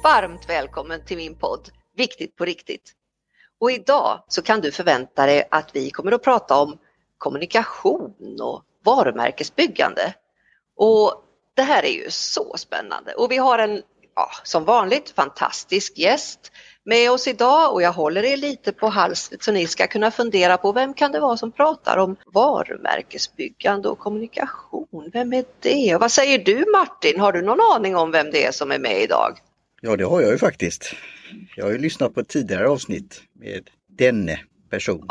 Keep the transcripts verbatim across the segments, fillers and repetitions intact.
varmt välkommen till min podd Viktigt på riktigt. Och idag så kan du förvänta dig att vi kommer att prata om kommunikation och varumärkesbyggande. Och det här är ju så spännande. Och vi har en, ja, som vanligt, fantastisk gäst med oss idag. Och jag håller er lite på halsen så ni ska kunna fundera på vem kan det vara som pratar om varumärkesbyggande och kommunikation. Vem är det? Och vad säger du, Martin? Har du någon aning om vem det är som är med idag? Ja, det har jag ju faktiskt. Jag har ju lyssnat på ett tidigare avsnitt med denne person.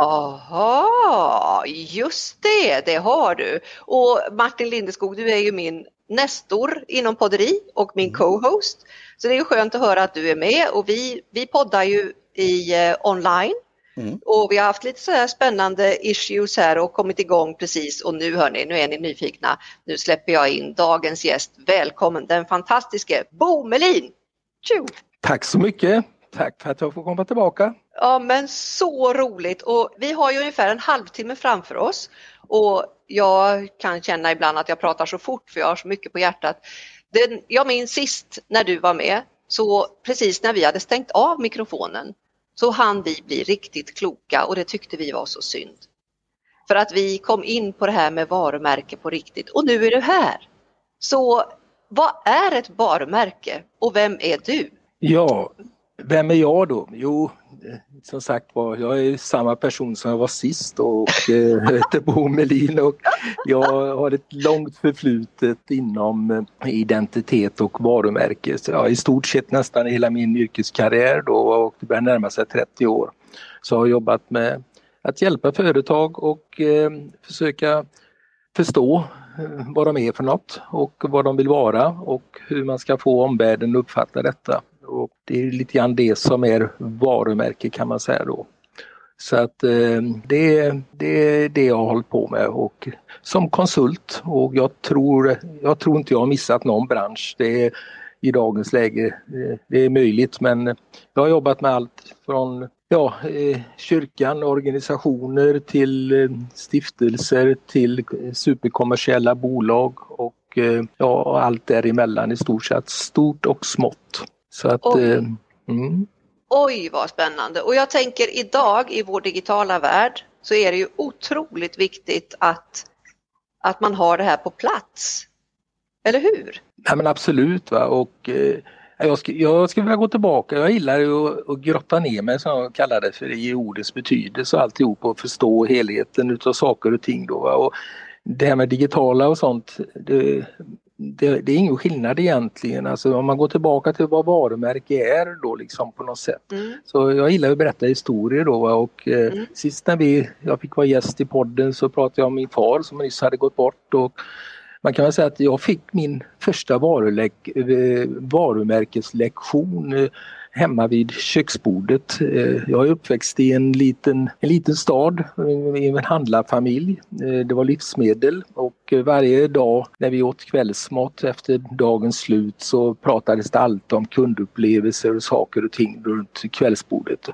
Aha, just det, det har du. Och Martin Lindeskog, du är ju min nestor inom podderi och min co-host. Så det är ju skönt att höra att du är med. Och vi, vi poddar ju i eh, online. Mm. Och vi har haft lite så här spännande issues här och kommit igång precis. Och nu hör ni, nu är ni nyfikna. Nu släpper jag in dagens gäst. Välkommen, den fantastiske Bo Melin. Tjo! Tack så mycket. Tack för att jag får komma tillbaka. Ja, men så roligt. Och vi har ju ungefär en halvtimme framför oss. Och jag kan känna ibland att jag pratar så fort för jag har så mycket på hjärtat. Den, jag minns sist när du var med, så precis när vi hade stängt av mikrofonen så hann vi bli riktigt kloka och det tyckte vi var så synd. För att vi kom in på det här med varumärke på riktigt och nu är du här. Så vad är ett varumärke och vem är du? Ja, vem är jag då? Jo, som sagt var, jag är samma person som jag var sist och äh, heter Bo Melin och jag har ett långt förflutet inom identitet och varumärke. Så jag har i stort sett nästan hela min yrkeskarriär då och det börjar närma sig trettio år. Så jag har jobbat med att hjälpa företag och äh, försöka förstå vad de är för något och vad de vill vara och hur man ska få omvärlden att uppfatta detta. Och det är lite grann det som är varumärke kan man säga då. Så att eh, det, det är det jag har hållit på med och som konsult och jag tror, jag tror inte jag har missat någon bransch. Det är i dagens läge, det är möjligt men jag har jobbat med allt från ja, eh, kyrkan, organisationer till eh, stiftelser till superkommersiella bolag och eh, ja, allt däremellan i stort sett stort och smått. Så att, Oj. Eh, mm. Oj, vad spännande. Och jag tänker idag i vår digitala värld så är det ju otroligt viktigt att, att man har det här på plats. Eller hur? Ja, men absolut va och eh, jag, ska, jag skulle vilja gå tillbaka. Jag gillar ju att, att grotta ner mig som jag kallar det för i ordets betydelse och alltihop och förstå helheten utav saker och ting då va? Och det här med digitala och sånt det, Det, det är ingen skillnad egentligen. Alltså om man går tillbaka till vad varumärke är då liksom på något sätt. Mm. Så jag gillar att berätta historier då och eh, mm. sist när vi, jag fick vara gäst i podden så pratade jag om min far som nyss hade gått bort och man kan väl säga att jag fick min första varulek, eh, varumärkeslektion eh, hemma vid köksbordet. Jag är uppväxt i en liten, en liten stad, i en handlarfamilj. Det var livsmedel och varje dag när vi åt kvällsmat efter dagens slut så pratades det allt om kundupplevelser och saker och ting runt kvällsbordet.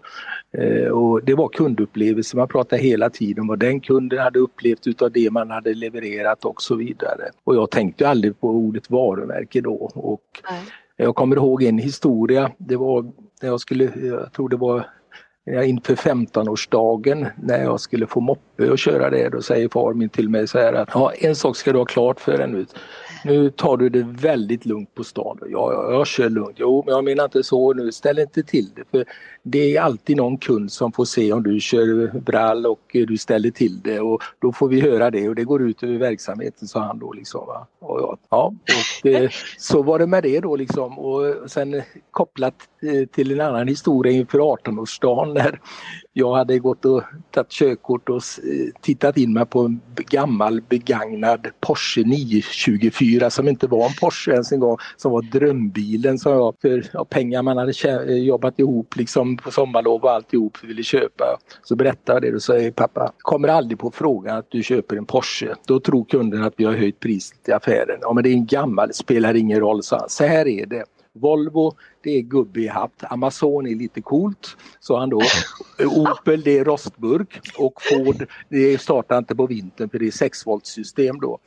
Och det var kundupplevelser, man pratade hela tiden om vad den kunden hade upplevt utav det man hade levererat och så vidare. Och jag tänkte aldrig på ordet varumärke då och Nej. Jag kommer ihåg en historia, det var när jag skulle, jag tror det var inför femtonårsdagen när jag skulle få moppe och köra det, då säger far min till mig så här att ja, en sak ska du ha klart för dig nu. Nu tar du det väldigt lugnt på stan. Ja, ja, jag kör lugnt. Jo, men jag menar inte så nu. Ställ inte till det. För det är alltid någon kund som får se om du kör brall och du ställer till det. Och då får vi höra det och det går ut över verksamheten, sa han då liksom. Va? Och ja, ja, och det, så var det med det då liksom. Och sen kopplat till en annan historia inför artonårsdagen när jag hade gått och tagit körkort och tittat in mig på en gammal begagnad Porsche nio tjugofyra som inte var en Porsche ens en gång, som var drömbilen som jag för ja, pengar man hade jobbat ihop liksom på sommarlov och alltihop ville köpa. Så berättade det och säger pappa, kommer aldrig på frågan att du köper en Porsche. Då tror kunden att vi har höjt priset i affären. Ja, men det är en gammal, det spelar ingen roll, så, så här är det. Volvo, det är gubbe i hatt. Amazon är lite coolt, så han då. Opel, det är rostburk. Och Ford, det startar inte på vintern för det är sex volt system då.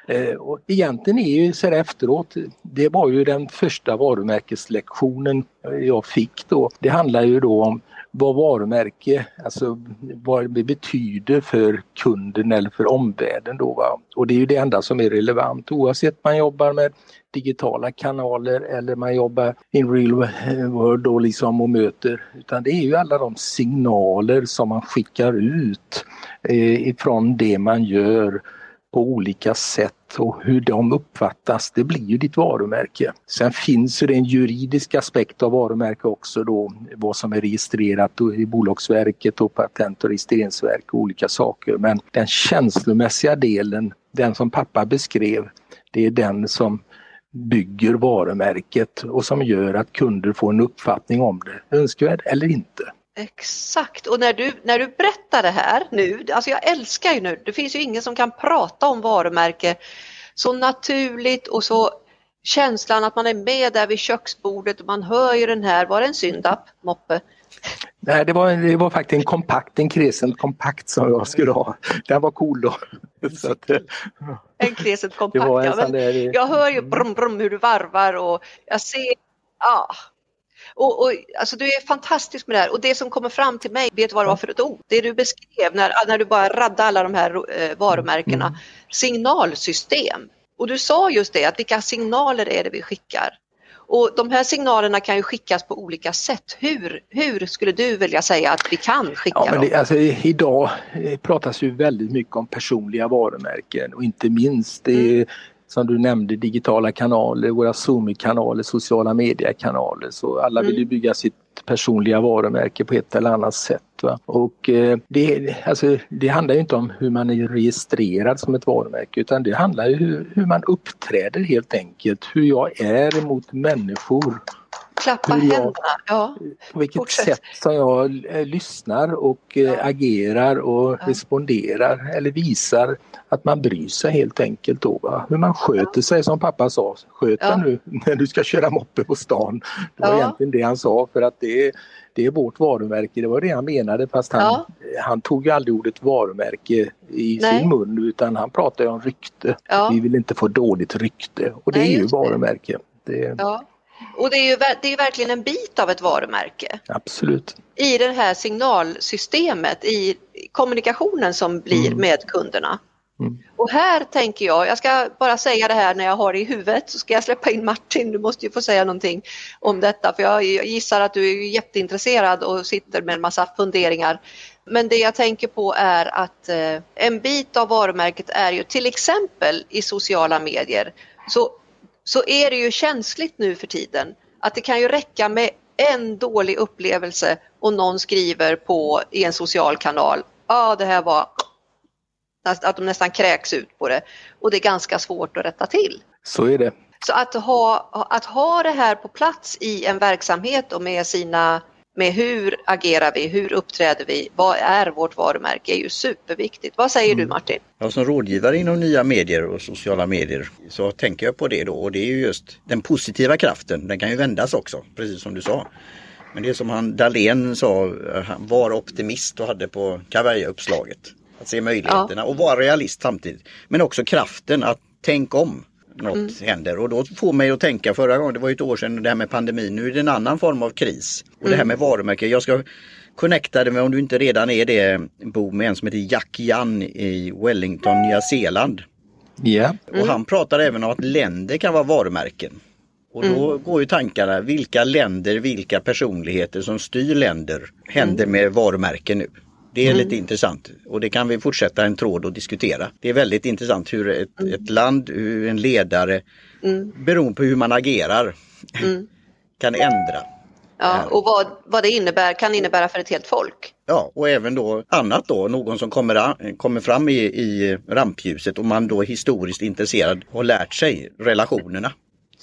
Eh, och egentligen är ju så här efteråt, det var ju den första varumärkeslektionen jag fick då. Det handlar ju då om vad varumärke, alltså vad det betyder för kunden eller för omvärlden då, va? Och det är ju det enda som är relevant oavsett man jobbar med digitala kanaler eller man jobbar in real world då liksom och möter, utan det är ju alla de signaler som man skickar ut eh, ifrån det man gör på olika sätt och hur de uppfattas, det blir ju ditt varumärke. Sen finns ju det en juridisk aspekt av varumärke också då, vad som är registrerat i Bolagsverket och Patent- och registreringsverk och olika saker. Men den känslomässiga delen, den som pappa beskrev, det är den som bygger varumärket och som gör att kunder får en uppfattning om det, önskvärd eller inte. Exakt, och när du, när du berättar det här nu, alltså jag älskar ju nu, det finns ju ingen som kan prata om varumärke så naturligt och så känslan att man är med där vid köksbordet och man hör ju den här, var det en syndapp, Moppe? Nej, det var, det var faktiskt en kompakt, en Crescent kompakt som jag skulle ha. Den var cool då. Så att, en Crescent kompakt, en ja, men där... jag hör ju brum, brum, hur du varvar och jag ser, ja. Och, och, alltså du är fantastisk med det här och det som kommer fram till mig, vet du vad det var för ett ord? Det du beskrev när, när du bara raddade alla de här eh, varumärkena, mm. signalsystem. Och du sa just det, att vilka signaler är det vi skickar? Och de här signalerna kan ju skickas på olika sätt. Hur, hur skulle du vilja säga att vi kan skicka ja, men det, dem? alltså, idag pratas ju väldigt mycket om personliga varumärken och inte minst det mm. som du nämnde, digitala kanaler, våra Zoom-kanaler, sociala mediekanaler. Så alla vill ju bygga sitt personliga varumärke på ett eller annat sätt. Va? Och eh, det, alltså, det handlar ju inte om hur man är registrerad som ett varumärke, utan det handlar ju hur, hur man uppträder helt enkelt. Hur jag är mot människor. Klappa händerna, ja. På vilket Fortsätt. sätt som jag eh, lyssnar och eh, ja. agerar och ja. responderar eller visar att man bryr sig helt enkelt då. Va? Hur man sköter ja. sig som pappa sa. Sköt ja. nu när du ska köra moppe på stan. Det var ja. egentligen det han sa, för att det är, det är vårt varumärke. Det var det han menade, fast han, ja. han tog ju aldrig ordet varumärke i Nej. sin mun, utan han pratade om rykte. Ja. Vi vill inte få dåligt rykte och det Nej, är ju varumärke. Det... Ja. Och det är ju det är verkligen en bit av ett varumärke. Absolut. I det här signalsystemet, i kommunikationen som blir mm. med kunderna. Mm. Och här tänker jag, jag ska bara säga det här när jag har det i huvudet, så ska jag släppa in Martin. Du måste ju få säga någonting om detta, för jag gissar att du är jätteintresserad och sitter med en massa funderingar. Men det jag tänker på är att eh, en bit av varumärket är ju till exempel i sociala medier. Så så är det ju känsligt nu för tiden att det kan ju räcka med en dålig upplevelse och någon skriver på i en social kanal, ja ah, det här var, att de nästan kräks ut på det, och det är ganska svårt att rätta till. Så är det. Så att ha, att ha det här på plats i en verksamhet och med sina med hur agerar vi, hur uppträder vi, vad är vårt varumärke, är ju superviktigt. Vad säger mm. du, Martin? Ja, som rådgivare inom nya medier och sociala medier så tänker jag på det då, och det är ju just den positiva kraften, den kan ju vändas också, precis som du sa. Men det är som han Dahlén sa, han var optimist och hade på kavajuppslaget. Att se möjligheterna ja. och vara realist samtidigt. Men också kraften att tänka om något mm. händer, och då får mig att tänka, förra gången, det var ju ett år sedan det här med pandemin, nu är det en annan form av kris. Och mm. det här med varumärke, jag ska connecta det med, om du inte redan är det, bo med en som heter Jack Jan i Wellington, Nya Zeeland. Yeah. Mm. Och han pratar även om att länder kan vara varumärken. Och då mm. går ju tankarna, vilka länder, vilka personligheter som styr länder händer med varumärken nu. Det är mm. lite intressant, och det kan vi fortsätta en tråd och diskutera. Det är väldigt intressant hur ett, mm. ett land, hur en ledare, mm. beroende på hur man agerar, mm. kan ändra. Ja, och vad, vad det innebär, kan innebära för ett helt folk. Ja, och även då annat då, någon som kommer, kommer fram i, i rampljuset och man då är historiskt intresserad och lärt sig relationerna.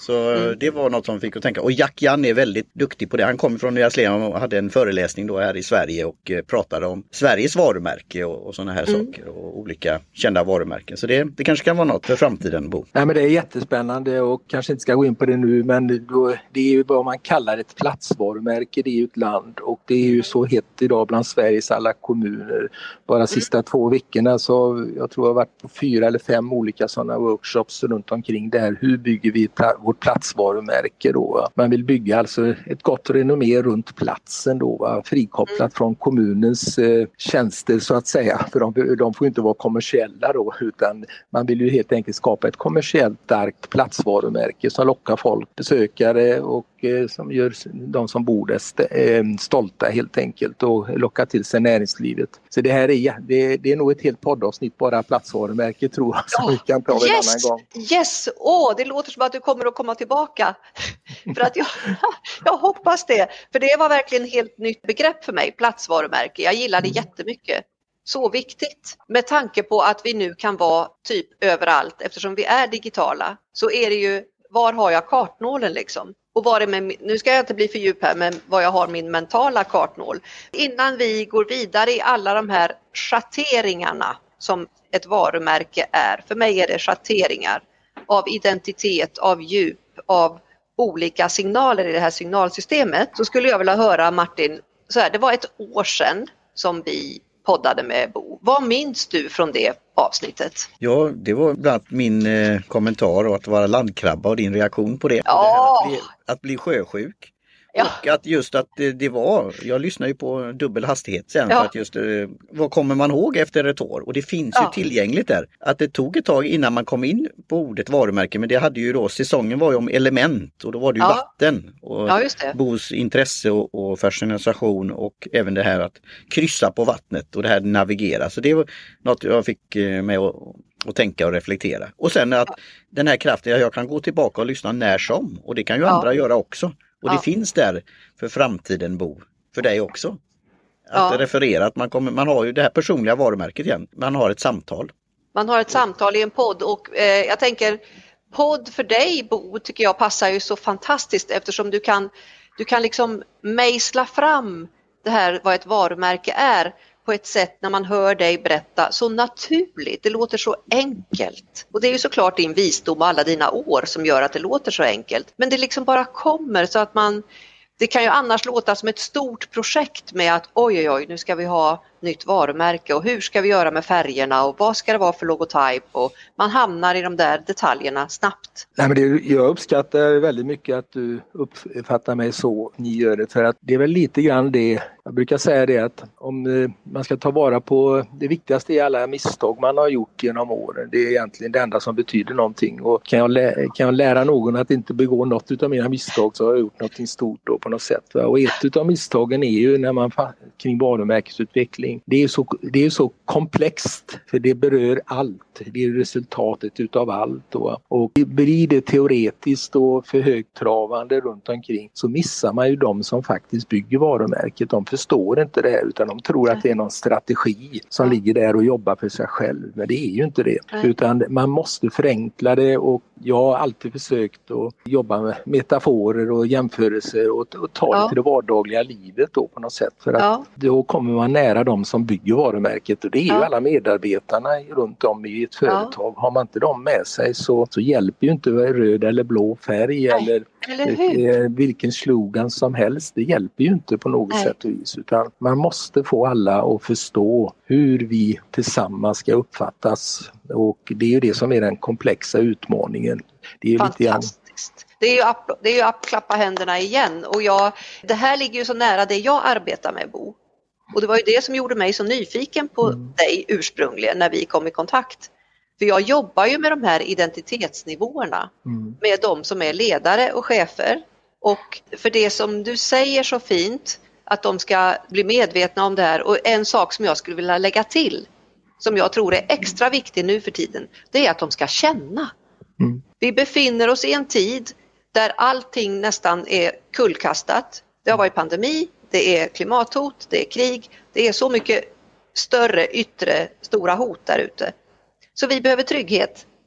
Så mm. det var något som fick att tänka. Och Jack Jan är väldigt duktig på det. Han kom från Nya Zeeland och hade en föreläsning då här i Sverige och pratade om Sveriges varumärke och, och sådana här mm. saker och olika kända varumärken. Så det, det kanske kan vara något för framtiden, Bo. Nej, men det är jättespännande och kanske inte ska gå in på det nu, men då, det är ju vad man kallar ett platsvarumärke. Det är ju ett land och det är ju så hett idag bland Sveriges alla kommuner. Bara sista mm. två veckorna så jag tror jag har varit på fyra eller fem olika sådana workshops runt omkring där. Hur bygger vi pla- vårt platsvarumärke då? Man vill bygga alltså ett gott renommé runt platsen då, va? Frikopplat mm. från kommunens eh, tjänster så att säga. För de, de får inte vara kommersiella då, utan man vill ju helt enkelt skapa ett kommersiellt starkt platsvarumärke som lockar folk, besökare och eh, som gör de som bor där st- eh, stolta helt enkelt och lockar till sig näringslivet. Så det här är, det, det är nog ett helt poddavsnitt bara platsvarumärke tror jag som ja, vi kan ta en yes, annan gång. Yes, åh, det låter som att du kommer att komma tillbaka. För att jag, jag hoppas det. För det var verkligen ett helt nytt begrepp för mig, platsvarumärke. Jag gillar det mm. jättemycket. Så viktigt. Med tanke på att vi nu kan vara typ överallt. Eftersom vi är digitala så är det ju, var har jag kartnålen liksom? Och var är med, nu ska jag inte bli för djup här, men var jag har min mentala kartnål. Innan vi går vidare i alla de här schatteringarna som ett varumärke är. För mig är det schatteringar av identitet, av djup, av olika signaler i det här signalsystemet. Så skulle jag vilja höra Martin, så här, det var ett år sedan som vi poddade med Bo. Vad minns du från det avsnittet? Ja, det var bland annat min eh, kommentar och att vara landkrabba och din reaktion på det. Ja. Att, bli, att bli sjösjuk. Ja. Och att just att det, det var, jag lyssnar ju på dubbel hastighet sen ja. för att just, eh, vad kommer man ihåg efter ett år? Och det finns ja. ju tillgängligt där. Att det tog ett tag innan man kom in på ordet varumärke, men det hade ju då, säsongen var ju om element och då var det ju ja. vatten. Och ja, just det. Bos intresse och, och fascination och även det här att kryssa på vattnet och det här navigera. Så det var något jag fick med att och tänka och reflektera. Och sen att ja. den här kraften, jag kan gå tillbaka och lyssna när som. Och det kan ju ja. andra göra också. Och det ja. finns där för framtiden, Bo. För dig också. Att ja. referera att man, kommer, man har ju det här personliga varumärket igen. Man har ett samtal. Man har ett samtal i en podd. Och eh, jag tänker, podd för dig, Bo, tycker jag passar ju så fantastiskt. Eftersom du kan, du kan liksom mejsla fram det här vad ett varumärke är. På ett sätt när man hör dig berätta så naturligt, det låter så enkelt. Och det är ju såklart din visdom och alla dina år som gör att det låter så enkelt. Men det liksom bara kommer så att man, det kan ju annars låta som ett stort projekt med att oj oj oj, nu ska vi ha nytt varumärke och hur ska vi göra med färgerna och vad ska det vara för logotyp och man hamnar i de där detaljerna snabbt. Nej, men det, jag uppskattar väldigt mycket att du uppfattar mig så ni gör det, för att det är väl lite grann det, jag brukar säga det att om man ska ta vara på det viktigaste i alla misstag man har gjort genom åren, det är egentligen det enda som betyder någonting och kan jag, lä- kan jag lära någon att inte begå något utav mina misstag så har jag gjort någonting stort då på något sätt. Va? Och ett utav misstagen är ju när man kring varumärkesutveckling. Det är så, det är så komplext för det berör allt. Det är resultatet utav allt. Då. Och blir det teoretiskt och för högtravande runt omkring så missar man ju de som faktiskt bygger varumärket. De förstår inte det här utan de tror att det är någon strategi som ligger där och jobbar för sig själv. Men det är ju inte det. Utan man måste förenkla det och jag har alltid försökt att jobba med metaforer och jämförelser och, och ta ja. det till det vardagliga livet då på något sätt. För att ja. då kommer man nära de som bygger varumärket och det är ja. ju alla medarbetarna runt om i ett företag. Ja. Har man inte dem med sig så, så hjälper ju inte röd eller blå färg Nej. eller, eller vilken slogan som helst. Det hjälper ju inte på något Nej. sätt och vis utan man måste få alla att förstå hur vi tillsammans ska uppfattas och det är ju det som är den komplexa utmaningen. Det är Fantastiskt. Lite Det är ju att, det är ju att klappa händerna igen och jag, det här ligger ju så nära det jag arbetar med, Bo. Och det var ju det som gjorde mig så nyfiken på mm. dig ursprungligen när vi kom i kontakt. För jag jobbar ju med de här identitetsnivåerna mm. med de som är ledare och chefer. Och för det som du säger så fint, att de ska bli medvetna om det här. Och en sak som jag skulle vilja lägga till, som jag tror är extra viktig nu för tiden, det är att de ska känna. Mm. Vi befinner oss i en tid där allting nästan är kullkastat. Det har varit pandemi, det är klimathot, det är krig, det är så mycket större yttre stora hot där ute. Så vi behöver trygghet.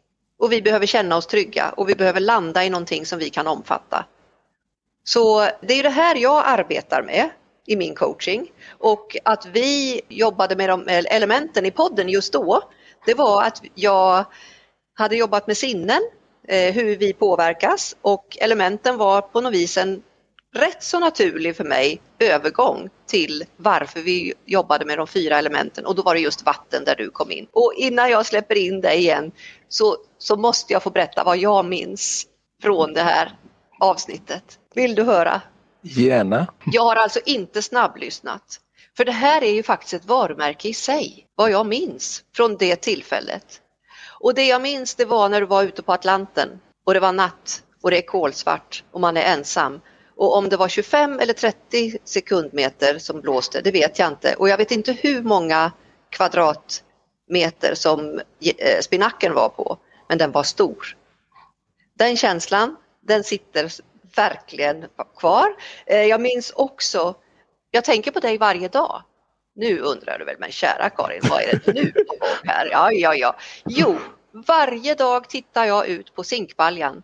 och vi behöver känna oss trygga och vi behöver landa i någonting som vi kan omfatta. Så det är det här jag arbetar med i min coaching, och att vi jobbade med de elementen i podden just då, det var att jag hade jobbat med sinnen, hur vi påverkas, och elementen var på något vis en rätt så naturlig för mig övergång till varför vi jobbade med de fyra elementen, och då var det just vatten där du kom in. Och innan jag släpper in dig igen så, så måste jag få berätta vad jag minns från det här avsnittet. Vill du höra? Gärna. Jag har alltså inte snabblyssnat. För det här är ju faktiskt ett varumärke i sig, vad jag minns från det tillfället. Och det jag minns, det var när du var ute på Atlanten och det var natt och det är kolsvart och man är ensam. Och om det var tjugofem eller trettio sekundmeter som blåste, det vet jag inte. Och jag vet inte hur många kvadratmeter som spinacken var på, men den var stor. Den känslan, den sitter verkligen kvar. Jag minns också, jag tänker på dig varje dag. Nu undrar du väl, men kära Karin, vad är det nu på gång här? Ja, ja, ja. Jo, varje dag tittar jag ut på zinkbaljan.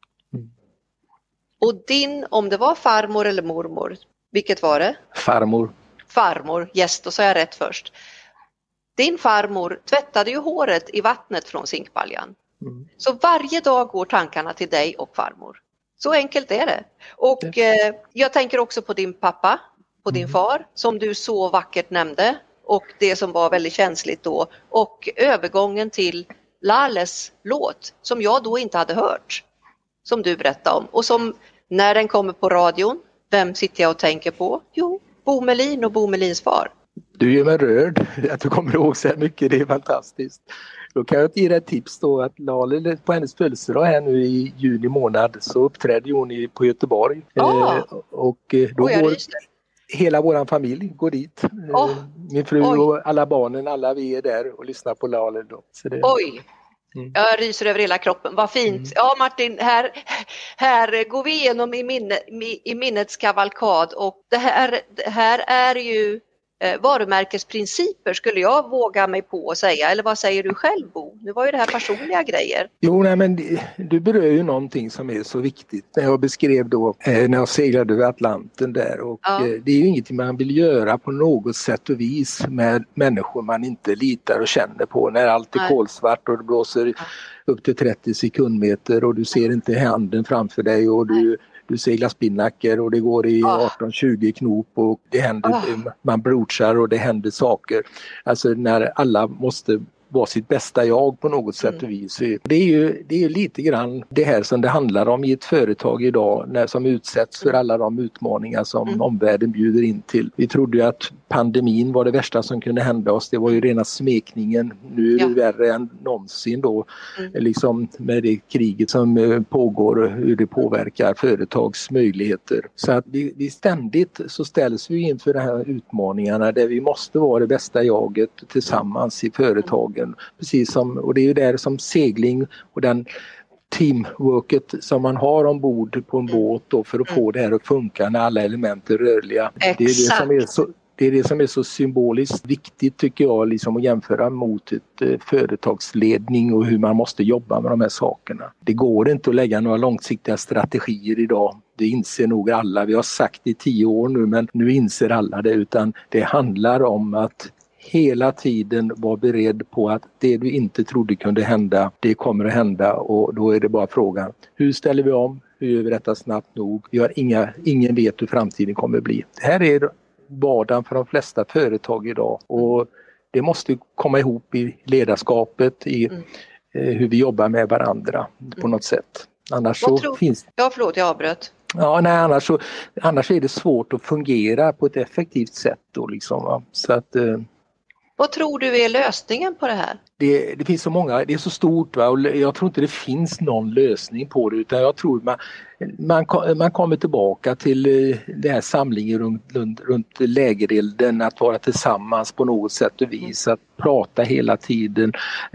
Och din, om det var farmor eller mormor, vilket var det? Farmor. Farmor, yes, då sa jag rätt först. Din farmor tvättade ju håret i vattnet från zinkbaljan. Mm. Så varje dag går tankarna till dig och farmor. Så enkelt är det. Och eh, jag tänker också på din pappa, på din mm. far, som du så vackert nämnde. Och det som var väldigt känsligt då. Och övergången till Lales låt, som jag då inte hade hört. Som du berättade om. Och som när den kommer på radion, vem sitter jag och tänker på? Jo, Bo Melin och Bo Melins far. Du gör mig rörd att du kommer ihåg så här mycket, det är fantastiskt. Då kan jag ge dig ett tips då att Lale på hennes födelsedag här nu i juni månad så uppträder hon på Göteborg. Ah. Eh, och då Oj, går hela våran familj går dit. Oh. Min fru Oj. och alla barnen, alla vi är där och lyssnar på Lale då. Så det... Oj! Mm. Jag ryser över hela kroppen, vad fint. Mm. Ja Martin, här, här går vi igenom i, minne, i minnets kavalkad, och det här, det här är ju eh, varumärkesprinciper skulle jag våga mig på att säga, eller vad säger du själv Bo? Nu var ju det här personliga grejer. Jo, nej, men du berör ju någonting som är så viktigt. När jag beskrev då eh, när jag seglade över Atlanten där, och ja. eh, det är ju ingenting man vill göra på något sätt och vis med människor man inte litar och känner på, när allt är nej. kolsvart och det blåser ja. upp till trettio sekundmeter och du ser inte handen framför dig och du Du seglar spinnaker och det går i arton tjugo knop och det händer, oh. man broachar och det händer saker. Alltså när alla måste vara sitt bästa jag på något sätt och vis. Det är ju det är ju lite grann det här som det handlar om i ett företag idag, när som utsätts för alla de utmaningar som mm. omvärlden bjuder in till. Vi trodde ju att pandemin var det värsta som kunde hända oss. Det var ju rena smekningen. Nu är det ja. värre än någonsin då. Mm. Liksom med det kriget som pågår och hur det påverkar företags möjligheter. Så att vi, vi ständigt så ställs vi inför de här utmaningarna där vi måste vara det bästa jaget tillsammans i företagen. Precis som, och det är ju där som segling och den teamworket som man har ombord på en båt då för att få det här att funka när alla element är rörliga. Exakt. Det är det som är så Det är det som är så symboliskt viktigt tycker jag, liksom att jämföra mot ett eh, företagsledning och hur man måste jobba med de här sakerna. Det går inte att lägga några långsiktiga strategier idag. Det inser nog alla. Vi har sagt i tio år nu, men nu inser alla det, utan det handlar om att hela tiden vara beredd på att det du inte trodde kunde hända, det kommer att hända, och då är det bara frågan, hur ställer vi om? Hur gör vi detta snabbt nog? Vi har inga, ingen vet hur framtiden kommer att bli. Det här är vardagen för de flesta företag idag, och det måste komma ihop i ledarskapet, i mm. eh, hur vi jobbar med varandra på mm. något sätt. Annars Vad så tror... finns... Ja, förlåt, jag avbröt. Ja, nej, annars, så, annars är det svårt att fungera på ett effektivt sätt då, liksom, va? Så att... Eh... Vad tror du är lösningen på det här? Det, det finns så många, det är så stort, va? Och jag tror inte det finns någon lösning på det, utan jag tror man, man, man kommer tillbaka till det här samlingen runt, runt, runt lägerelden, att vara tillsammans på något sätt och vis, att prata hela tiden.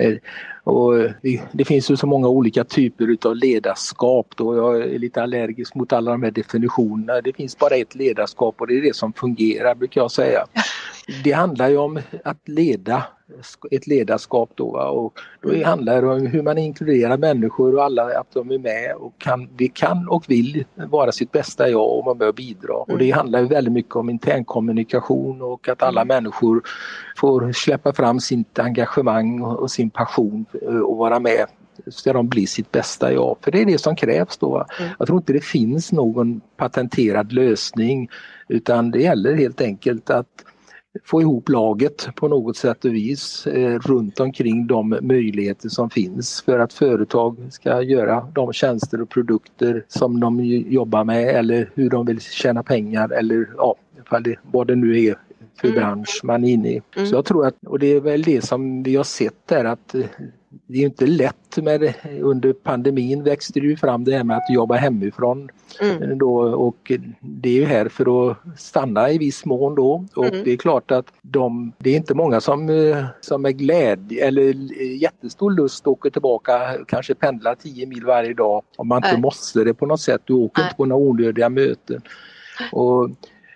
Och det, det finns ju så många olika typer utav ledarskap då. Jag är lite allergisk mot alla de här definitionerna. Det finns bara ett ledarskap och det är det som fungerar, brukar jag säga. Det handlar ju om att leda ett ledarskap då. Va? Och då handlar det om hur man inkluderar människor och alla att de är med och kan, vi kan och vill vara sitt bästa jag och vara med och bidra. Och det handlar ju väldigt mycket om internkommunikation och att alla människor får släppa fram sitt engagemang och sin passion och vara med. Ska de bli sitt bästa jag. För det är det som krävs då. Mm. Jag tror inte det finns någon patenterad lösning utan det gäller helt enkelt att få ihop laget på något sätt och vis eh, runt omkring de möjligheter som finns för att företag ska göra de tjänster och produkter som de jobbar med eller hur de vill tjäna pengar eller ja, det, vad det nu är för mm. bransch man är inne i. Mm. Så jag tror att, och det är väl det som vi har sett där att det är inte lätt med det. Under pandemin växte det ju fram det här med att jobba hemifrån mm. då, och det är ju här för att stanna i viss mån då och mm. det är klart att de, det är inte många som, som är glädje eller jättestor lust åker tillbaka, kanske pendlar tio mil varje dag om man inte äh. måste det på något sätt, du åker äh. inte på några onödiga möten och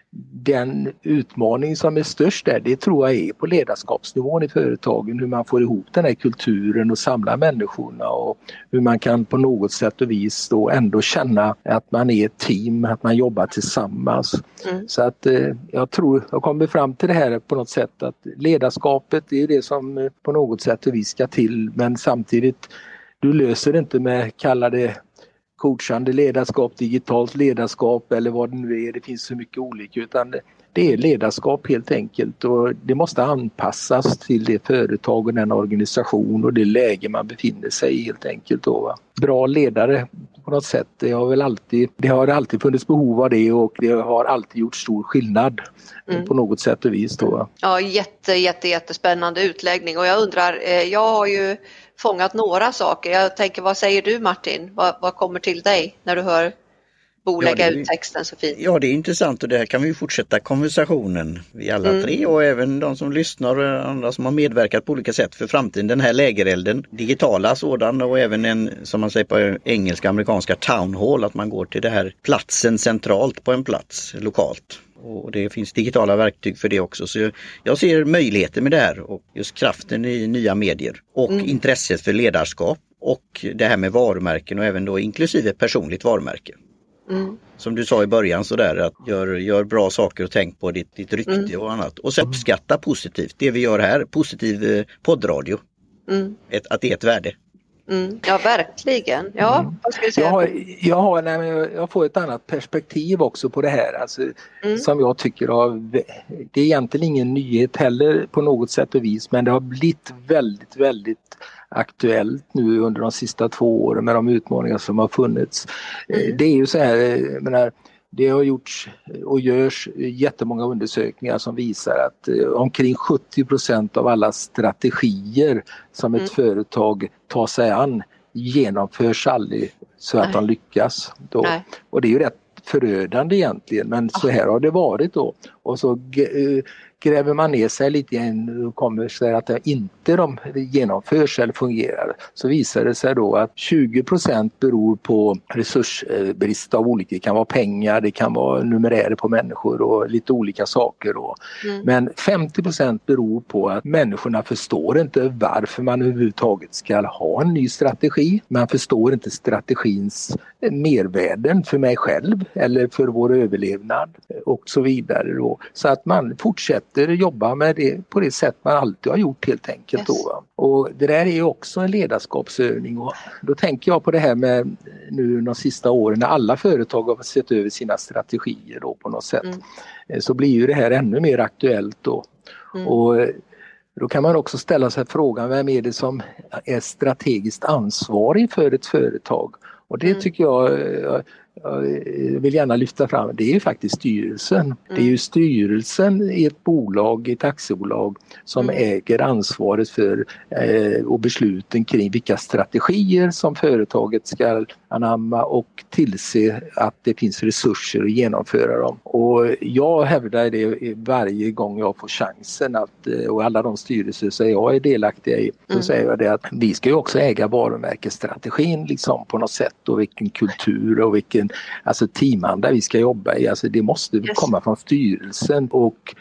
den utmaning som är störst där, det tror jag är på ledarskapsnivån i företagen, hur man får ihop den här kulturen och samla människorna och hur man kan på något sätt och vis då ändå känna att man är ett team, att man jobbar tillsammans. Mm. Så att eh, jag tror, jag kommer fram till det här på något sätt att ledarskapet är det som på något sätt och vis ska till, men samtidigt du löser det inte med, kalla det coachande ledarskap, digitalt ledarskap eller vad det nu är, det finns så mycket olika utan det, det är ledarskap helt enkelt och det måste anpassas till det företag och den organisation och det läge man befinner sig i helt enkelt då, va? Bra ledare på något sätt, det har väl alltid, det har alltid funnits behov av det och det har alltid gjort stor skillnad mm. på något sätt och vis då, va? Ja, jätte, jätte, jättespännande utläggning och jag undrar, jag har ju fångat några saker. Jag tänker, vad säger du Martin? Vad, vad kommer till dig när du hör Bo lägga ja, ut texten så fint? Ja, det är intressant och det här kan vi fortsätta konversationen vi alla mm. tre och även de som lyssnar och andra som har medverkat på olika sätt för framtiden. Den här lägerelden, digitala sådan och även en, som man säger på engelska, amerikanska town hall, att man går till det här platsen centralt på en plats lokalt. Och det finns digitala verktyg för det också. Så jag ser möjligheter med det här och just kraften i nya medier och mm. intresset för ledarskap och det här med varumärken och även då inklusive personligt varumärke. Mm. Som du sa i början så där att gör, gör bra saker och tänk på ditt, ditt rykte mm. och annat. Och sen uppskatta positivt det vi gör här, positiv poddradio. Mm. Ett, att det är ett värde. Mm, ja, verkligen. Ja, mm. vad ska du säga? Jag, har, jag, har, nej, men jag, jag får ett annat perspektiv också på det här. Alltså, mm. Som jag tycker har, det är egentligen ingen nyhet heller på något sätt och vis. Men det har blivit väldigt, väldigt aktuellt nu under de sista två åren med de utmaningar som har funnits. Mm. Det är ju så här, jag menar, det har gjorts och görs jättemånga undersökningar som visar att omkring sjuttio procent av alla strategier som ett mm. företag tar sig an genomförs aldrig så att Nej. de lyckas. Då. Och det är ju rätt förödande egentligen, men så här har det varit då. Och så gräver man ner sig lite igen och kommer sig att det inte de genomförs eller fungerar, så visar det sig då att tjugo procent beror på resursbrist av olika, det kan vara pengar, det kan vara numerärer på människor och lite olika saker då. Mm. Men femtio procent beror på att människorna förstår inte varför man överhuvudtaget ska ha en ny strategi. Man förstår inte strategins mervärden för mig själv eller för vår överlevnad och så vidare då. Så att man fortsätter jobba med det på det sätt man alltid har gjort helt enkelt. Yes. Då. Och det där är ju också en ledarskapsövning och då tänker jag på det här med nu de sista åren när alla företag har sett över sina strategier då på något sätt. Mm. Så blir ju det här ännu mer aktuellt då. Mm. Och då kan man också ställa sig frågan, vem är det som är strategiskt ansvarig för ett företag? Och det mm. tycker jag, jag vill gärna lyfta fram, det är ju faktiskt styrelsen. Mm. Det är ju styrelsen i ett bolag, i ett aktiebolag som mm. äger ansvaret för eh, och besluten kring vilka strategier som företaget ska anamma och tillse att det finns resurser att genomföra dem. Och jag hävdar det varje gång jag får chansen att, och alla de styrelser som jag är delaktig i, så mm. säger jag det att vi ska ju också äga varumärkesstrategin liksom på något sätt och vilken kultur och vilken alltså teamanda vi ska jobba i. Alltså det måste yes. komma från styrelsen och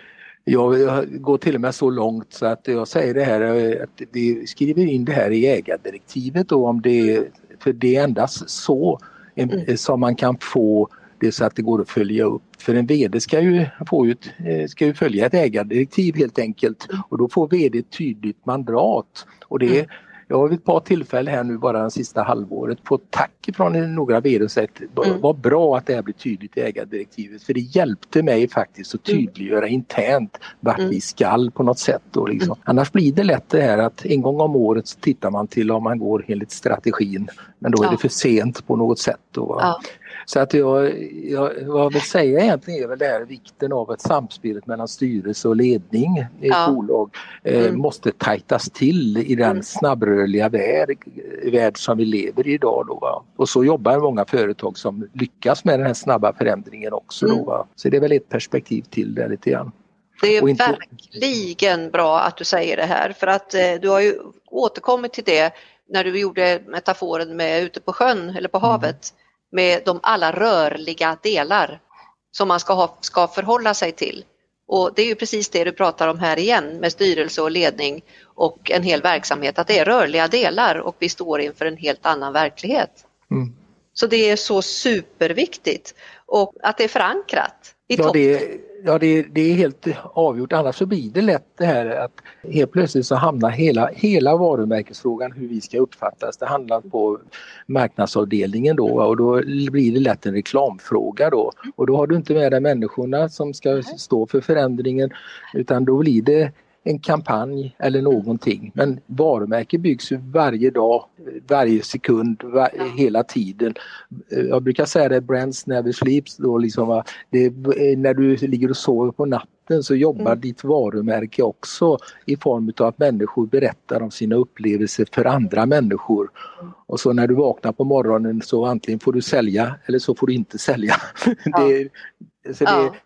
Jag, jag går till och med så långt så att jag säger det här, att det skriver in det här i ägardirektivet då, om det, för det är endast så en, mm. som man kan få det så att det går att följa upp. För en vd ska ju, få ut, ska ju följa ett ägardirektiv helt enkelt, och då får vd ett tydligt mandat. Och det är, jag har vid ett par tillfällen här nu bara det sista halvåret fått tack från några vd och sagt mm. vad bra att det här blir tydligt i ägardirektivet, för det hjälpte mig faktiskt att tydliggöra internt vart mm. vi skall på något sätt. Då liksom. Mm. Annars blir det lätt det här att en gång om året så tittar man till om man går enligt strategin, men då är ja. det för sent på något sätt. Då. Ja. Så att jag, jag, vad jag vill säga egentligen är väl det här vikten av att samspelet mellan styrelse och ledning i ja. ett bolag eh, mm. måste tajtas till i den mm. snabbrörliga värld, värld som vi lever i idag. Då, va? Och så jobbar många företag som lyckas med den här snabba förändringen också. Mm. Då, va? Så det är väl ett perspektiv till det lite grann. Det är inte... verkligen bra att du säger det här, för att eh, du har ju återkommit till det när du gjorde metaforen med ute på sjön eller på havet. Mm. Med de alla rörliga delar som man ska, ha, ska förhålla sig till. Och det är ju precis det du pratar om här igen med styrelse och ledning och en hel verksamhet. Att det är rörliga delar och vi står inför en helt annan verklighet. Mm. Så det är så superviktigt. Och att det är förankrat i ja, det, ja det, det är helt avgjort. Annars så blir det lätt det här att helt plötsligt så hamnar hela, hela varumärkesfrågan hur vi ska uppfattas. Det handlar på marknadsavdelningen då, och då blir det lätt en reklamfråga då. Och då har du inte med dig människorna som ska stå för förändringen, utan då blir det en kampanj eller någonting. Men varumärke byggs ju varje dag, varje sekund, var, ja. hela tiden. Jag brukar säga det, brands never sleeps. Då liksom, det, när du ligger och sover på natten så jobbar mm. ditt varumärke också i form av att människor berättar om sina upplevelser för andra människor. Mm. Och så när du vaknar på morgonen så antingen får du sälja eller så får du inte sälja. Ja. det, så det, ja.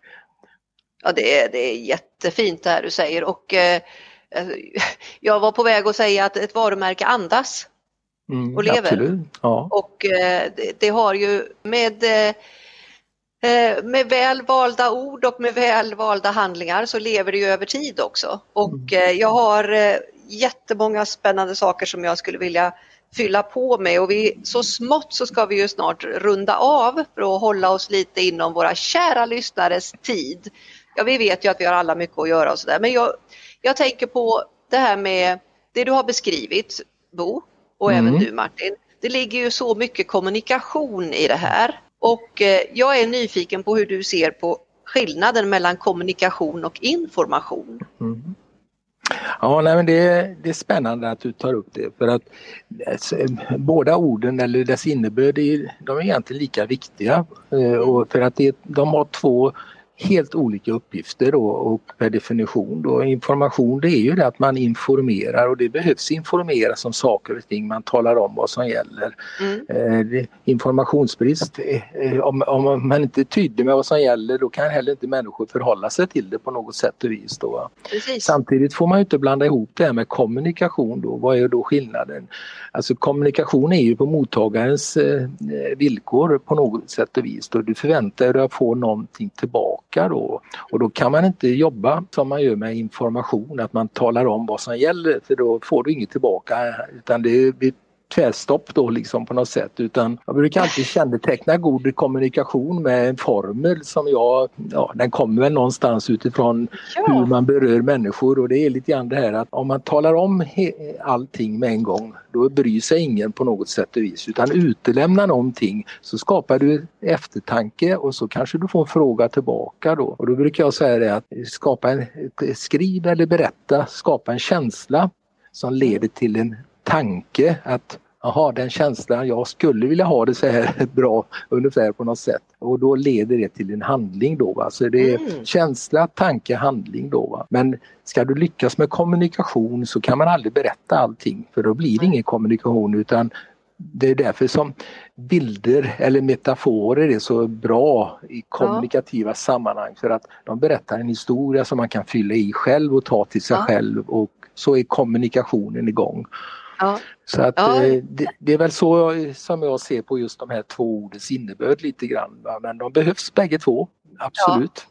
Ja, det är, det är jättefint det här du säger, och eh, jag var på väg att säga att ett varumärke andas mm, och lever. Absolut. Ja. Och eh, det, det har ju med, eh, med väl valda ord och med väl valda handlingar så lever det ju över tid också. Och eh, jag har eh, jättemånga spännande saker som jag skulle vilja fylla på med, och vi, så smått så ska vi ju snart runda av för att hålla oss lite inom våra kära lyssnares tid. Ja, vi vet ju att vi har alla mycket att göra och sådär, men jag, jag tänker på det här med det du har beskrivit, Bo, och mm. även du Martin. Det ligger ju så mycket kommunikation i det här, och eh, jag är nyfiken på hur du ser på skillnaden mellan kommunikation och information. Mm. Ja, nej, men det, det är spännande att du tar upp det, för att alltså, båda orden eller dess innebörd är, de är egentligen lika viktiga, eh, och för att det, de har två helt olika uppgifter då, och per definition då. Information, det är ju det att man informerar, och det behövs informeras om saker och ting, man talar om vad som gäller. Mm. Eh, det, informationsbrist, eh, om, om man inte är tydlig med vad som gäller, då kan heller inte människor förhålla sig till det på något sätt och vis då. Samtidigt får man ju inte blanda ihop det här med kommunikation då. Vad är då skillnaden? Alltså kommunikation är ju på mottagarens eh, villkor på något sätt och vis då. Du förväntar dig att få någonting tillbaka då. Och då kan man inte jobba som man gör med information, att man talar om vad som gäller, för då får du inget tillbaka, utan det blir tvärstopp då liksom på något sätt. Utan jag brukar alltid känneteckna god kommunikation med en formel som jag, ja, den kommer väl någonstans utifrån ja. hur man berör människor, och det är lite grann det här att om man talar om he- allting med en gång, då bryr sig ingen på något sätt och vis, utan utelämna någonting så skapar du eftertanke, och så kanske du får en fråga tillbaka då. Och då brukar jag säga det att skapa en, skriv eller berätta, skapa en känsla som leder till en tanke att aha, den känslan, jag skulle vilja ha det så här bra ungefär på något sätt. Och då leder det till en handling då. Va? Så det är mm. känsla, tanke, handling då. Va? Men ska du lyckas med kommunikation så kan man aldrig berätta allting, för då blir det ingen kommunikation, utan det är därför som bilder eller metaforer är så bra i kommunikativa ja. sammanhang, för att de berättar en historia som man kan fylla i själv och ta till sig ja. själv, och så är kommunikationen igång. Ja. Så att ja. eh, det, det är väl så som jag ser på just de här två ordens innebörd lite grann, va? Men de behövs bägge två, absolut. Ja.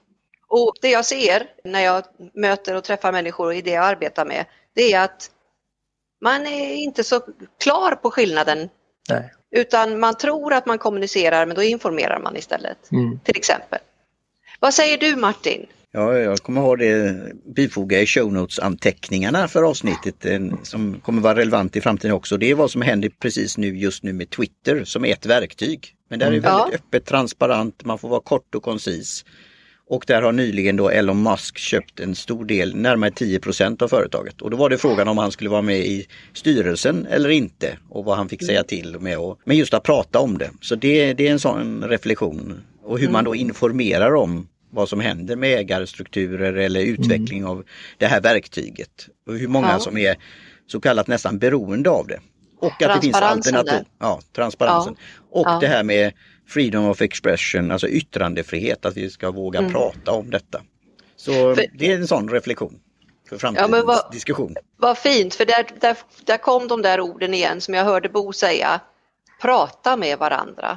Och det jag ser när jag möter och träffar människor i det jag arbetar med, det är att man är inte så klar på skillnaden. Nej. Utan man tror att man kommunicerar, men då informerar man istället. Mm. Till exempel. Vad säger du, Martin? Ja, jag kommer ha det bifoga i show notes-anteckningarna för avsnittet som kommer vara relevant i framtiden också. Det är vad som händer precis nu just nu med Twitter som är ett verktyg. Men där är det väldigt ja. öppet, transparent, man får vara kort och koncis. Och där har nyligen då Elon Musk köpt en stor del, närmare tio procent av företaget. Och då var det frågan om han skulle vara med i styrelsen eller inte och vad han fick säga till med. Och, men just att prata om det. Så det, det är en sån reflektion. Och hur man då informerar om vad som händer med ägarstrukturer eller utveckling mm. av det här verktyget. Och hur många ja. som är så kallat nästan beroende av det. Och att det finns alternativ. Ja, transparensen. Ja. Och ja. det här med freedom of expression, alltså yttrandefrihet, att vi ska våga mm. prata om detta. Så för, det är en sån reflektion för framtidens ja, vad, diskussion. Vad fint, för där, där, där kom de där orden igen som jag hörde Bo säga. Prata med varandra.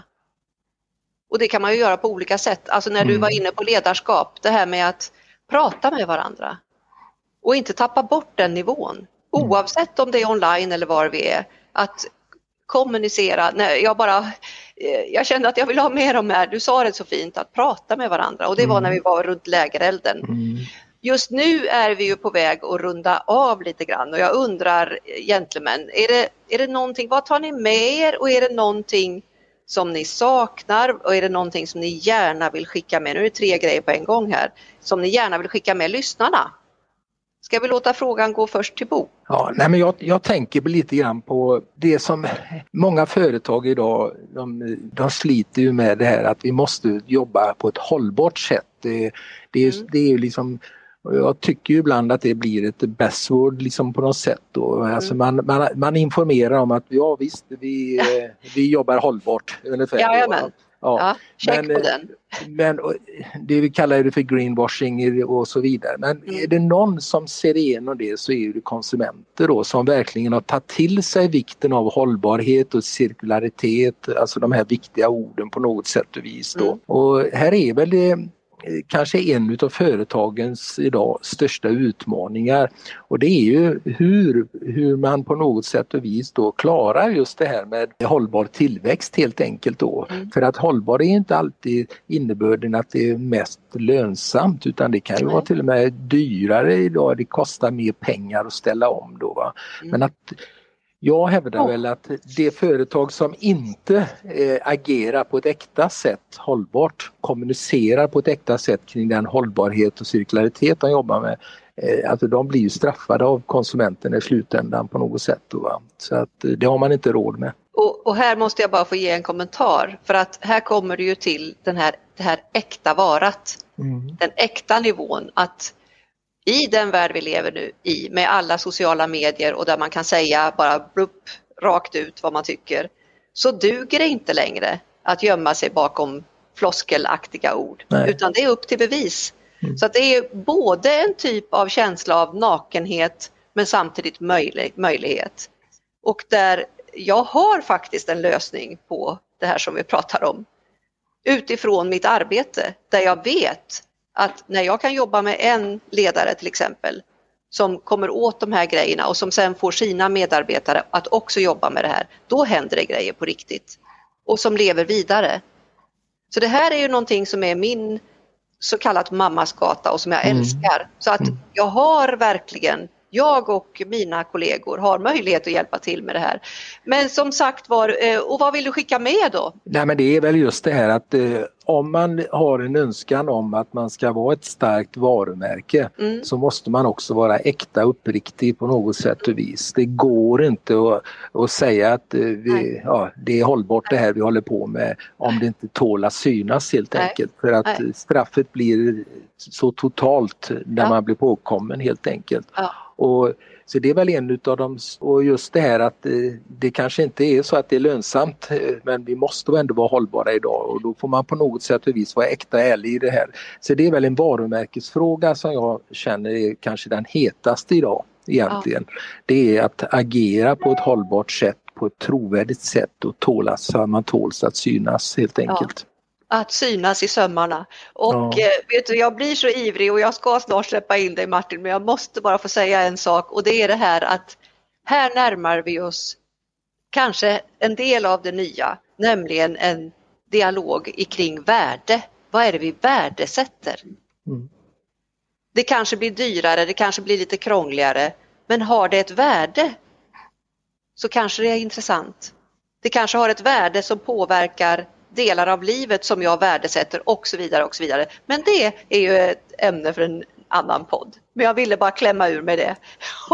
Och det kan man ju göra på olika sätt. Alltså när mm. du var inne på ledarskap, det här med att prata med varandra. Och inte tappa bort den nivån. Mm. Oavsett om det är online eller var vi är. Att kommunicera. Nej, jag bara, jag kände att jag vill ha mer om det här. Du sa det så fint, att prata med varandra. Och det var mm. när vi var runt lägerelden. Mm. Just nu är vi ju på väg att runda av lite grann. Och jag undrar, gentlemen, är det, är det någonting, vad tar ni med er? Och är det någonting som ni saknar? Och är det någonting som ni gärna vill skicka med? Nu är det tre grejer på en gång här. Som ni gärna vill skicka med lyssnarna. Ska vi låta frågan gå först till Bo? Ja, nej men jag, jag tänker lite grann på det som många företag idag, de, de sliter ju med det här att vi måste jobba på ett hållbart sätt. Det, det, är, mm. det är ju liksom, jag tycker ju ibland att det blir ett buzzword liksom på något sätt. Då. Mm. Alltså man, man, man informerar om att ja visst, vi, vi jobbar hållbart ungefär. Jajamän. Ja, ja, check men, på den. Men det vi kallar det för greenwashing och så vidare. Men mm. är det någon som ser igenom det så är det konsumenter då som verkligen har tagit till sig vikten av hållbarhet och cirkularitet, alltså de här viktiga orden på något sätt och vis då. Mm. Och här är väl det kanske en av företagens idag största utmaningar, och det är ju hur, hur man på något sätt och vis då klarar just det här med hållbar tillväxt helt enkelt då. Mm. För att hållbar är inte alltid innebörden att det är mest lönsamt, utan det kan ju mm. vara till och med dyrare idag, det kostar mer pengar att ställa om då va. Mm. Men att jag hävdar oh. väl att det företag som inte eh, agerar på ett äkta sätt hållbart, kommunicerar på ett äkta sätt kring den hållbarhet och cirkularitet de jobbar med, eh, alltså de blir ju straffade av konsumenten i slutändan på något sätt då, va? Så att eh, det har man inte råd med. Och, och här måste jag bara få ge en kommentar, för att här kommer det ju till den här, det här äkta varat, mm. den äkta nivån, att i den värld vi lever nu i med alla sociala medier och där man kan säga bara blupp, rakt ut vad man tycker, så duger det inte längre att gömma sig bakom floskelaktiga ord. Nej. Utan det är upp till bevis. Mm. Så att det är både en typ av känsla av nakenhet men samtidigt möjlig, möjlighet. Och där jag har faktiskt en lösning på det här som vi pratar om utifrån mitt arbete, där jag vet att när jag kan jobba med en ledare till exempel som kommer åt de här grejerna och som sen får sina medarbetare att också jobba med det här, då händer det grejer på riktigt och som lever vidare. Så det här är ju någonting som är min så kallat mammas gata och som jag mm. älskar. Så att jag har verkligen, jag och mina kollegor har möjlighet att hjälpa till med det här. Men som sagt var, och vad vill du skicka med då? Nej, men det är väl just det här att eh, om man har en önskan om att man ska vara ett starkt varumärke mm. så måste man också vara äkta uppriktig på något sätt och vis. Det går inte att, att säga att eh, vi, ja, det är hållbart det här vi håller på med om det inte tål att synas helt Nej. enkelt. För att Nej. straffet blir så totalt när ja. man blir påkommen helt enkelt. Ja. Och så det är väl en utav dem, och just det här att eh, det kanske inte är så att det är lönsamt, eh, men vi måste ändå vara hållbara idag, och då får man på något sätt och vis vara äkta ärlig i det här. Så det är väl en varumärkesfråga som jag känner är kanske den hetaste idag egentligen. Ja. Det är att agera på ett hållbart sätt, på ett trovärdigt sätt och tålas så man tåls att synas helt enkelt. Ja. att synas i sömmarna. Och Ja. eh, vet du, jag blir så ivrig och jag ska snart släppa in dig Martin, men jag måste bara få säga en sak, och det är det här att här närmar vi oss kanske en del av det nya, nämligen en dialog kring värde. Vad är det vi värdesätter? Mm. Det kanske blir dyrare, det kanske blir lite krångligare, men har det ett värde så kanske det är intressant. Det kanske har ett värde som påverkar delar av livet som jag värdesätter och så vidare och så vidare. Men det är ju ett ämne för en annan podd. Men jag ville bara klämma ur med det.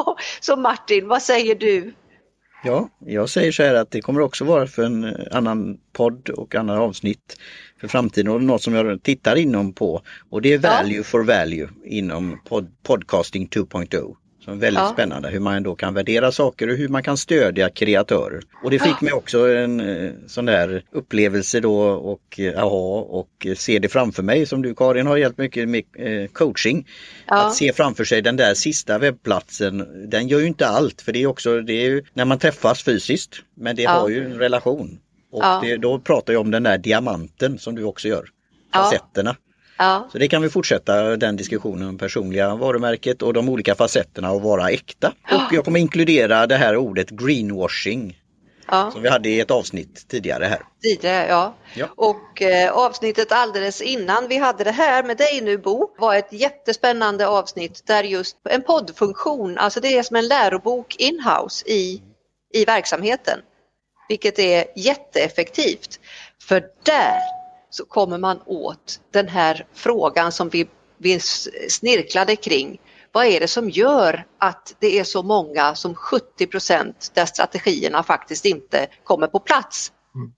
Så Martin, vad säger du? Ja, jag säger så här att det kommer också vara för en annan podd och andra avsnitt för framtiden och något som jag tittar inom på, och det är value ja. for value inom pod- podcasting två punkt noll. Som är väldigt ja. spännande, hur man då kan värdera saker och hur man kan stödja kreatörer. Och det fick ja. mig också en eh, sån där upplevelse då och eh, aha, och se det framför mig, som du Karin har hjälpt mycket med eh, coaching. Ja. Att se framför sig den där sista webbplatsen, den gör ju inte allt, för det är också det är ju när man träffas fysiskt, men det ja. har ju en relation. Och ja. det, då pratar jag om den där diamanten som du också gör, facetterna. Ja. Ja. Så det kan vi fortsätta den diskussionen om personliga varumärket och de olika facetterna och vara äkta. Och jag kommer inkludera det här ordet greenwashing ja. som vi hade i ett avsnitt tidigare här. Tidigare, ja. ja. Och eh, avsnittet alldeles innan vi hade det här med dig nu Bo var ett jättespännande avsnitt där just en poddfunktion, alltså det är som en lärobok in-house i, i verksamheten. Vilket är jätteeffektivt. För där så kommer man åt den här frågan som vi, vi snirklade kring. Vad är det som gör att det är så många som sjuttio procent där strategierna faktiskt inte kommer på plats? Mm.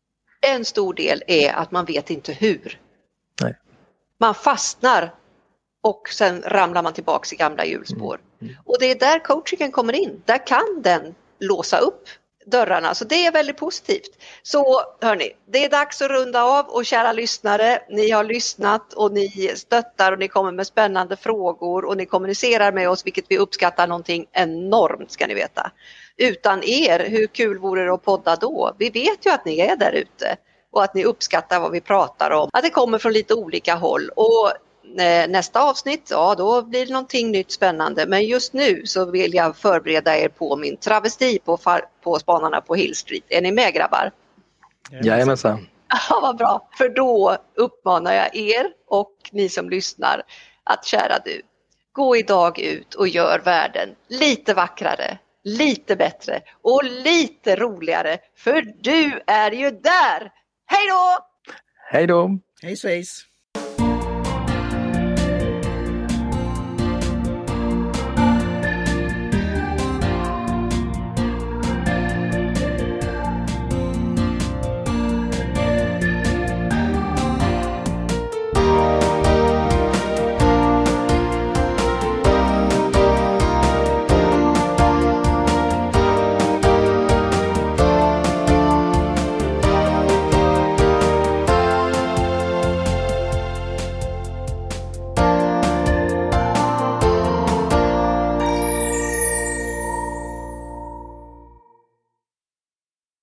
En stor del är att man vet inte hur. Nej. Man fastnar och sen ramlar man tillbaka i gamla hjulspår. Mm. Mm. Och det är där coachingen kommer in. Där kan den låsa upp dörrarna, så det är väldigt positivt. Så hörni, det är dags att runda av, och kära lyssnare, ni har lyssnat och ni stöttar och ni kommer med spännande frågor och ni kommunicerar med oss, vilket vi uppskattar någonting enormt, ska ni veta. Utan er, hur kul vore det att podda då? Vi vet ju att ni är där ute och att ni uppskattar vad vi pratar om, att det kommer från lite olika håll. Och nästa avsnitt, ja då blir det någonting nytt spännande. Men just nu så vill jag förbereda er på min travesti på, far, på Spanarna på Hill Street. Är ni med grabbar? Jajamensan. Ja, vad bra. För då uppmanar jag er och ni som lyssnar att kära du, gå idag ut och gör världen lite vackrare, lite bättre och lite roligare. För du är ju där. Hej då! Hej då! Hej svejs!